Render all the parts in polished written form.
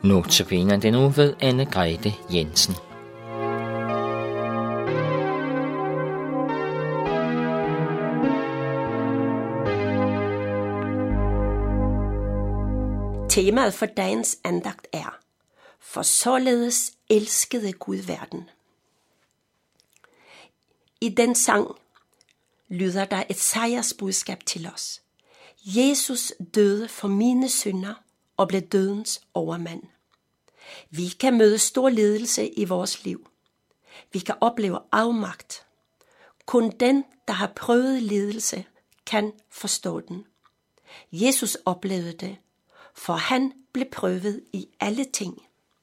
Notabene den uge ved Anne-Grethe Jensen. Temaet for dagens andagt er: For således elskede Gud verden. I den sang lyder der et sejrsbudskab til os. Jesus døde for mine synder og blev dødens overmand. Vi kan møde stor lidelse i vores liv. Vi kan opleve afmagt. Kun den, der har prøvet lidelse, kan forstå den. Jesus oplevede det, for han blev prøvet i alle ting.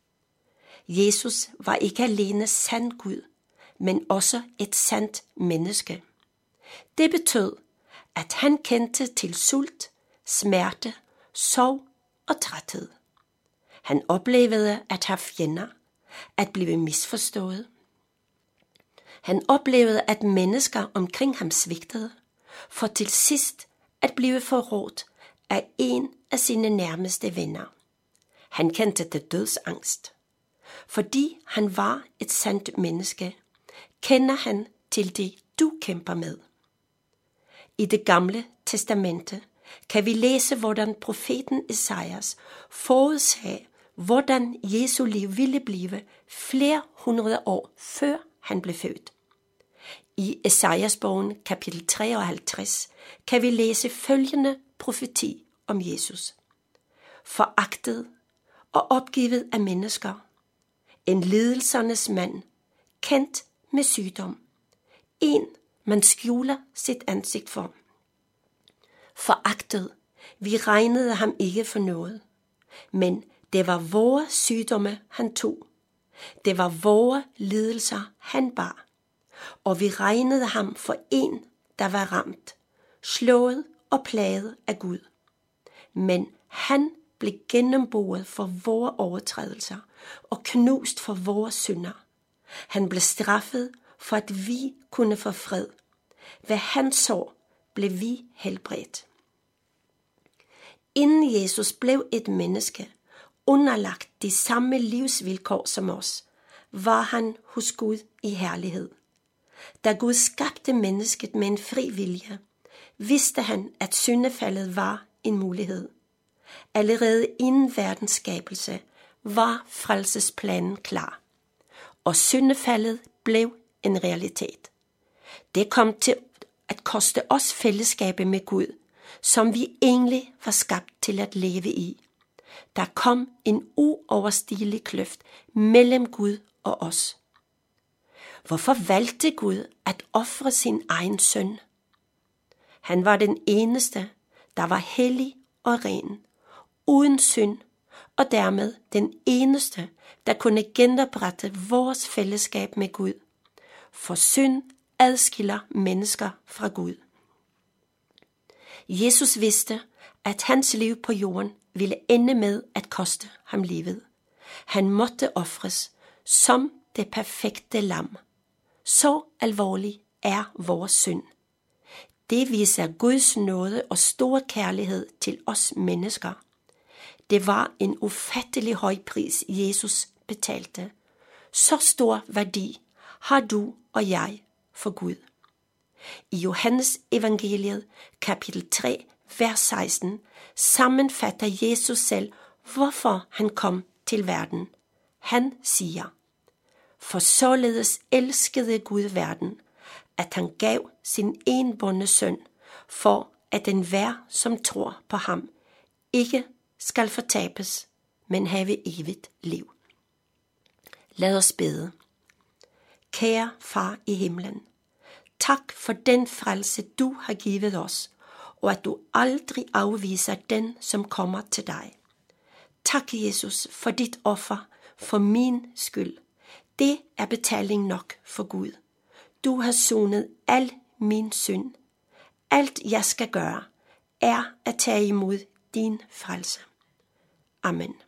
Jesus var ikke alene sand Gud, men også et sandt menneske. Det betød, at han kendte til sult, smerte, sorg og træthed. Han oplevede at have fjender, at blive misforstået. Han oplevede, at mennesker omkring ham svigtede, for til sidst at blive forrådt af en af sine nærmeste venner. Han kendte det dødsangst. Fordi han var et sandt menneske, kender han til det, du kæmper med. I det gamle testamente kan vi læse, hvordan profeten Esajas forudsagde, hvordan Jesu liv ville blive flere hundrede år før han blev født. I Esajas-bogen kapitel 53 kan vi læse følgende profeti om Jesus. Foragtet og opgivet af mennesker, en lidelsernes mand, kendt med sygdom, en man skjuler sit ansigt for. Foragtet, vi regnede ham ikke for noget, men det var vore sygdomme, han tog. Det var vore lidelser, han bar, og vi regnede ham for en, der var ramt, slået og plaget af Gud. Men han blev gennemboret for vore overtrædelser og knust for vore synder. Han blev straffet for, at vi kunne få fred. Ved hans sår blev vi helbredt. Inden Jesus blev et menneske, underlagt de samme livsvilkår som os, var han hos Gud i herlighed. Da Gud skabte mennesket med en fri vilje, vidste han, at syndefaldet var en mulighed. Allerede inden verdens skabelse var frelsesplanen klar, og syndefaldet blev en realitet. Det kom til at koste os fællesskabet med Gud, som vi egentlig var skabt til at leve i. Der kom en uoverstigelig kløft mellem Gud og os. Hvorfor valgte Gud at ofre sin egen søn? Han var den eneste, der var hellig og ren, uden synd, og dermed den eneste, der kunne genoprette vores fællesskab med Gud. For synd adskiller mennesker fra Gud. Jesus vidste, at hans liv på jorden ville ende med at koste ham livet. Han måtte ofres som det perfekte lam. Så alvorlig er vores synd. Det viser Guds nåde og stor kærlighed til os mennesker. Det var en ufattelig høj pris, Jesus betalte. Så stor værdi har du og jeg for Gud. I Johannes evangeliet, kapitel 3, vers 16, sammenfatter Jesus selv, hvorfor han kom til verden. Han siger: For således elskede Gud verden, at han gav sin enbårne søn, for at enhver, som tror på ham, ikke skal fortabes, men have evigt liv. Lad os bede. Kære Far i himlen, tak for den frelse, du har givet os, og at du aldrig afviser den, som kommer til dig. Tak, Jesus, for dit offer, for min skyld. Det er betaling nok for Gud. Du har sonet al min synd. Alt jeg skal gøre, er at tage imod din frelse. Amen.